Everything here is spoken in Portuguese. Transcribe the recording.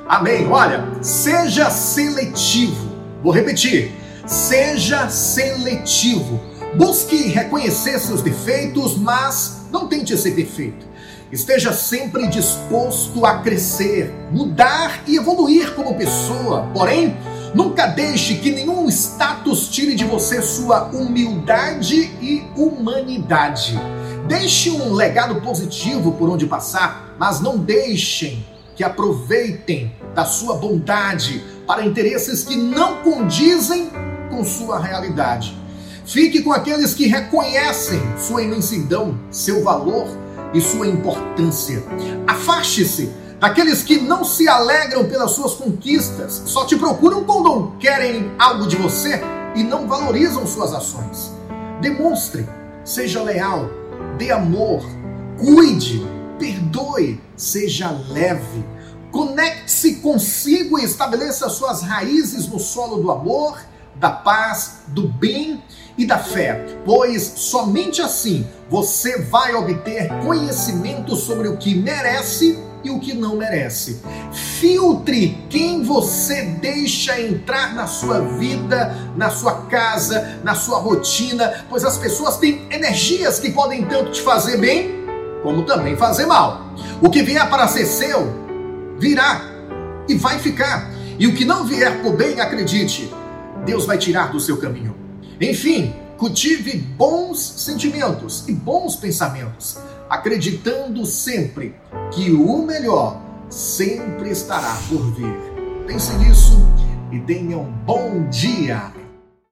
Amém. Olha, seja seletivo. Vou repetir. Seja seletivo. Busque reconhecer seus defeitos, mas não tente ser perfeito. Esteja sempre disposto a crescer, mudar e evoluir como pessoa. Porém, nunca deixe que nenhum status tire de você sua humildade e humanidade. Deixe um legado positivo por onde passar, mas não deixem que aproveitem da sua bondade para interesses que não condizem com sua realidade. Fique com aqueles que reconhecem sua imensidão, seu valor e sua importância. Afaste-se daqueles que não se alegram pelas suas conquistas, só te procuram quando querem algo de você e não valorizam suas ações. Demonstre, seja leal, dê amor, cuide, perdoe, seja leve. Conecte-se consigo e estabeleça suas raízes no solo do amor, da paz, do bem e da fé, pois somente assim você vai obter conhecimento sobre o que merece e o que não merece. Filtre quem você deixa entrar na sua vida, na sua casa, na sua rotina, pois as pessoas têm energias que podem tanto te fazer bem, como também fazer mal. O que vier para ser seu, virá e vai ficar. E o que não vier por bem, acredite, Deus vai tirar do seu caminho. Enfim, cultive bons sentimentos e bons pensamentos, acreditando sempre que o melhor sempre estará por vir. Pense nisso e tenha um bom dia.